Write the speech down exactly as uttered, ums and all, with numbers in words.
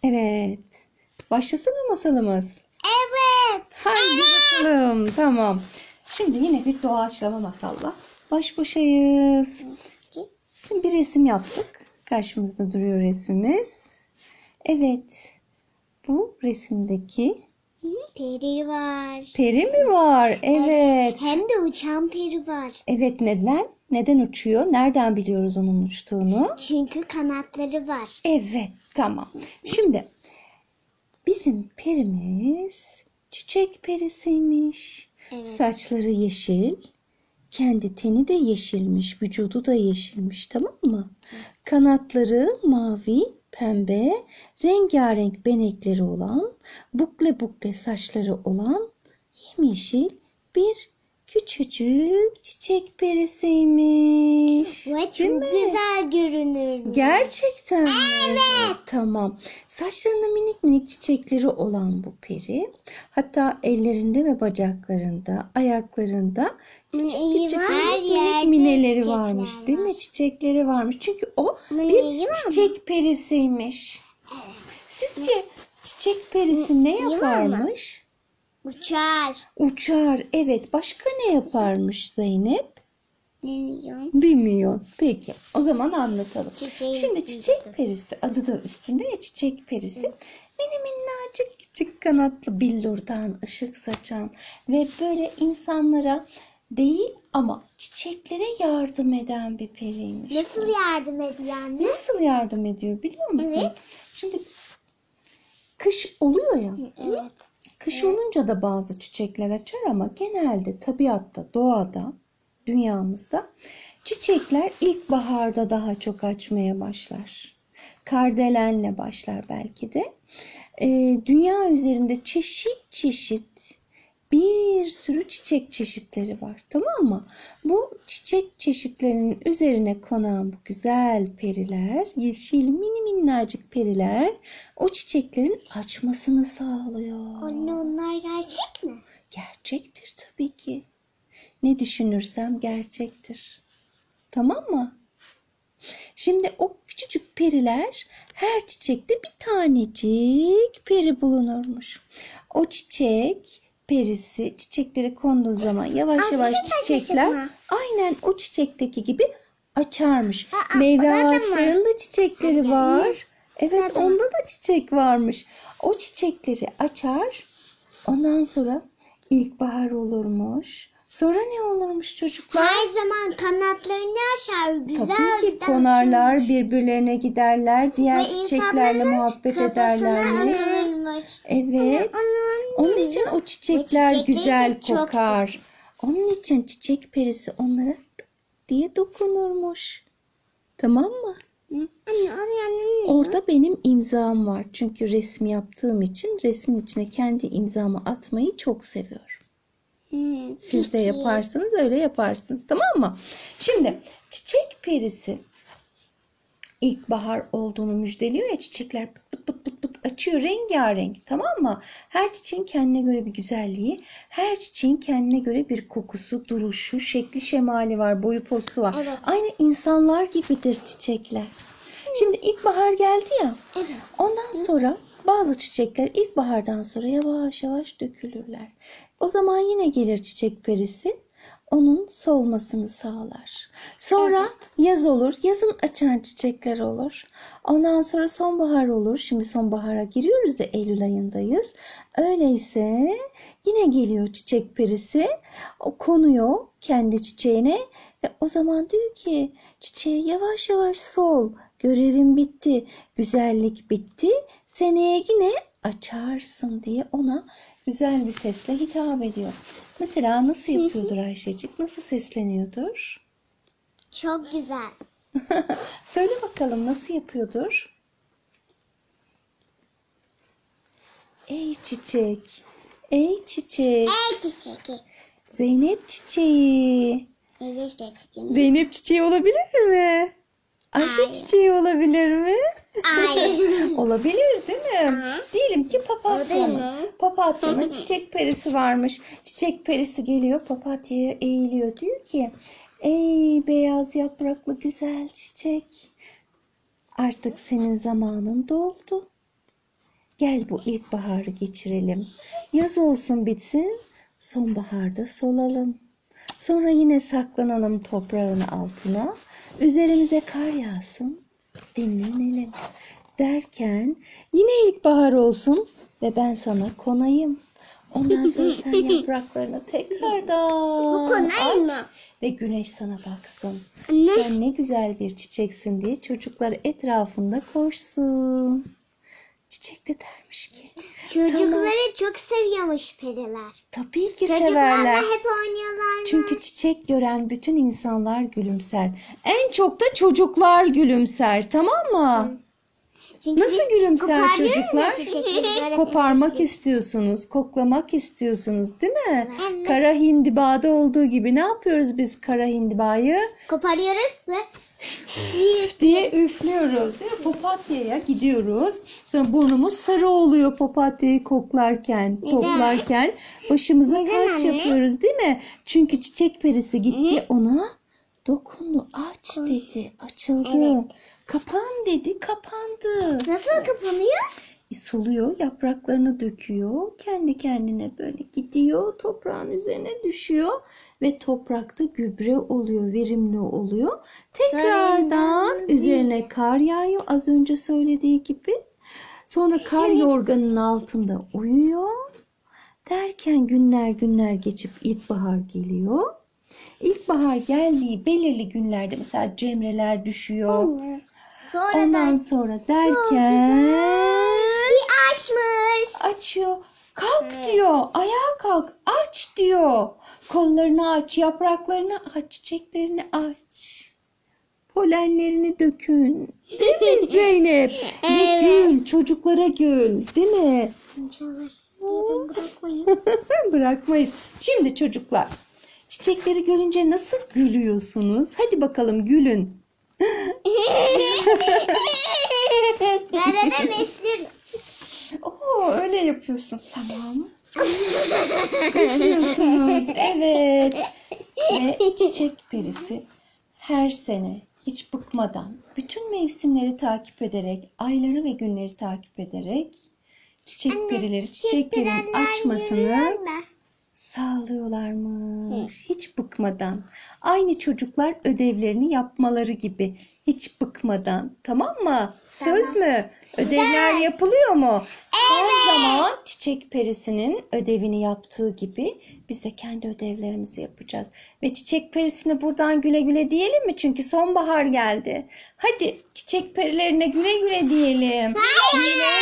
Evet. Başlasın mı masalımız? Evet. Haydi bakalım. Tamam. Şimdi yine bir doğaçlama masalla baş başayız. Şimdi bir resim yaptık. Karşımızda duruyor resmimiz. Evet. Bu resimdeki Peri var. peri mi var? Evet. Hem de uçan peri var. Evet, neden? Neden uçuyor? Nereden biliyoruz onun uçtuğunu? Çünkü kanatları var. Evet, tamam. Şimdi bizim perimiz çiçek perisiymiş. Evet. Saçları yeşil, kendi teni de yeşilmiş, vücudu da yeşilmiş, tamam mı? Kanatları mavi, pembe, rengarenk benekleri olan, bukle bukle saçları olan yemyeşil bir küçücük çiçek perisiymiş. Ve Değil çok mi? güzel görünür. Gerçekten mi? Evet. Tamam. Saçlarında minik minik çiçekleri olan bu peri. Hatta ellerinde ve bacaklarında, ayaklarında küçük Mineği küçük var. minik Her minik yerde mineleri çiçekler varmış. Değil mi? var. Çiçekleri varmış. Çünkü o Mineği bir var mı? çiçek perisiymiş. Sizce çiçek perisi ne Mineği var mı? yaparmış? Uçar. Uçar. Evet. Başka ne yaparmış Zeynep? Bilmiyorum. Bilmiyor. Peki. O zaman anlatalım. Çiçeğin Şimdi üstünde. çiçek perisi, adı da üstünde ya, çiçek perisi. Mini minnacık küçük kanatlı, billurdan ışık saçan ve böyle insanlara değil ama çiçeklere yardım eden bir periymiş. Nasıl yardım ediyor anne? Nasıl yardım ediyor biliyor musunuz? Evet. Şimdi kış oluyor ya. Evet. Kış Evet. olunca da bazı çiçekler açar ama genelde tabiatta, doğada, dünyamızda çiçekler ilkbaharda daha çok açmaya başlar. Kardelenle başlar belki de. Ee, dünya üzerinde çeşit çeşit bir sürü çiçek çeşitleri var, tamam mı? Bu çiçek çeşitlerinin üzerine konan bu güzel periler, yeşil mini minnacık periler o çiçeklerin açmasını sağlıyor. Anne onlar gerçek mi? Gerçektir tabii ki. Ne düşünürsem gerçektir. Tamam mı? Şimdi o küçücük periler, her çiçekte bir tanecik peri bulunurmuş. O çiçek perisi çiçeklere konduğu zaman yavaş Aa, yavaş çiçek çiçekler açacak mı? aynen o çiçekteki gibi açarmış. Aa, Meyve orada mı? ağaçlarında çiçekleri Nerede? var. Evet, Nerede? onda da çiçek varmış. O çiçekleri açar. Ondan sonra ilkbahar olurmuş. Sonra ne olurmuş çocuklar? Her zaman kanatlarını açar. Güzel Tabii ki güzel konarlar, uçurmuş. birbirlerine giderler, diğer Ve çiçeklerle insanların muhabbet kafasına ederlermiş. atılırmış. Evet. Anne, Onun için o çiçekler çiçekleri güzel de çok kokar. Onun için çiçek perisi onlara tık diye dokunurmuş. Tamam mı? Anne, anne, anne. Orada benim imzam var. Çünkü resim yaptığım için resmin içine kendi imzamı atmayı çok seviyorum. Hmm, Siz de peki. yaparsanız öyle yaparsınız, tamam mı? Şimdi çiçek perisi ilkbahar olduğunu müjdeliyor ya, çiçekler pıt pıt pıt pıt pıt açıyor rengarenk, tamam mı? Her çiçeğin kendine göre bir güzelliği, her çiçeğin kendine göre bir kokusu, duruşu, şekli, şemali var, boyu postu var. Evet. Aynı insanlar gibidir çiçekler. Şimdi ilkbahar geldi ya, Evet. ondan sonra bazı çiçekler ilkbahardan sonra yavaş yavaş dökülürler. O zaman yine gelir çiçek perisi, onun solmasını sağlar. Sonra yaz olur, yazın açan çiçekler olur. Ondan sonra sonbahar olur. Şimdi sonbahara giriyoruz ya, Eylül ayındayız. Öyleyse yine geliyor çiçek perisi, o konuyor kendi çiçeğine ve o zaman diyor ki çiçeğe yavaş yavaş sol, görevin bitti, güzellik bitti, seneye yine açarsın diye ona güzel bir sesle hitap ediyor. Mesela nasıl yapıyordur Ayşecik? Nasıl sesleniyordur? Çok güzel. Söyle bakalım, nasıl yapıyordur? Ey çiçek, ey çiçek, Evet çiçeği. Zeynep çiçeği. Evet çiçeği. Zeynep çiçeği olabilir mi? Ayşe Hayır. çiçeği olabilir mi? Hayır. Olabilir değil mi? Aha. Diyelim ki O değil papatyanın. mi? Papatyanın çiçek perisi varmış. Çiçek perisi geliyor papatyaya eğiliyor. Diyor ki ey beyaz yapraklı güzel çiçek. Artık senin zamanın doldu. Gel bu ilkbaharı geçirelim. Yaz olsun bitsin, sonbaharda solalım. Sonra yine saklanalım toprağın altına. Üzerimize kar yağsın, dinlenelim. Derken yine ilkbahar olsun ve ben sana konayım. Ondan sonra sen yapraklarını tekrardan konay mı? aç ve güneş sana baksın. Anne. Sen ne güzel bir çiçeksin diye çocuklar etrafında koşsun. Çiçek de dermiş ki Çocukları çok seviyormuş periler. tabii ki Çocuklarla severler. hep oynuyorlar. Çünkü çiçek gören bütün insanlar gülümser. En çok da çocuklar gülümser, tamam mı? Çünkü Nasıl biz gülümser koparıyoruz ya çocuklar? çiçekleri, böyle Koparmak sevdik. istiyorsunuz, koklamak istiyorsunuz, değil mi? Evet. Kara hindibada olduğu gibi ne yapıyoruz biz kara hindibayı? Koparıyoruz ve Diye üflüyoruz, değil mi? Papatya'ya gidiyoruz. Sonra burnumuz sarı oluyor papatyayı koklarken, Neden? toplarken. Başımıza Neden taç anne? yapıyoruz, değil mi? Çünkü çiçek perisi gitti ona dokundu, aç dedi, açıldı. Evet. Kapan dedi, kapandı. nasıl kapanıyor? E, soluyor, yapraklarını döküyor. Kendi kendine böyle gidiyor, toprağın üzerine düşüyor ve toprakta gübre oluyor, verimli oluyor. Tekrardan Sonra üzerine kar yağıyor az önce söylediği gibi. Sonra kar yorganının altında uyuyor. Derken günler günler geçip ilkbahar geliyor. İlkbahar geldiği belirli günlerde mesela cemreler düşüyor. Sonra Ondan da sonra derken bir açmış. açıyor. Kalk Evet. diyor. Ayağa kalk. Aç diyor. Kollarını aç, yapraklarını aç, çiçeklerini aç. Polenlerini dökün. Değil mi Zeynep? Ve Evet. gül, çocuklara gül. Değil mi? İnşallah. Bırakmayın. Bırakmayız. Şimdi çocuklar, çiçekleri görünce nasıl gülüyorsunuz? Hadi bakalım gülün. Böyle de besliyoruz. Oo, öyle yapıyorsunuz. Tamam. Üflüyorsunuz. Evet. Ve çiçek perisi her sene hiç bıkmadan bütün mevsimleri takip ederek, ayları ve günleri takip ederek çiçek perileri çiçeklerin açmasını sağlıyorlarmış. Hiç bıkmadan. Aynı çocuklar ödevlerini yapmaları gibi. Hiç bıkmadan. Tamam mı? Söz mü? Ödevler yapılıyor mu? Her zaman çiçek perisinin ödevini yaptığı gibi biz de kendi ödevlerimizi yapacağız. Ve çiçek perisine buradan güle güle diyelim mi? Çünkü sonbahar geldi. Hadi çiçek perilerine güle güle diyelim. Güle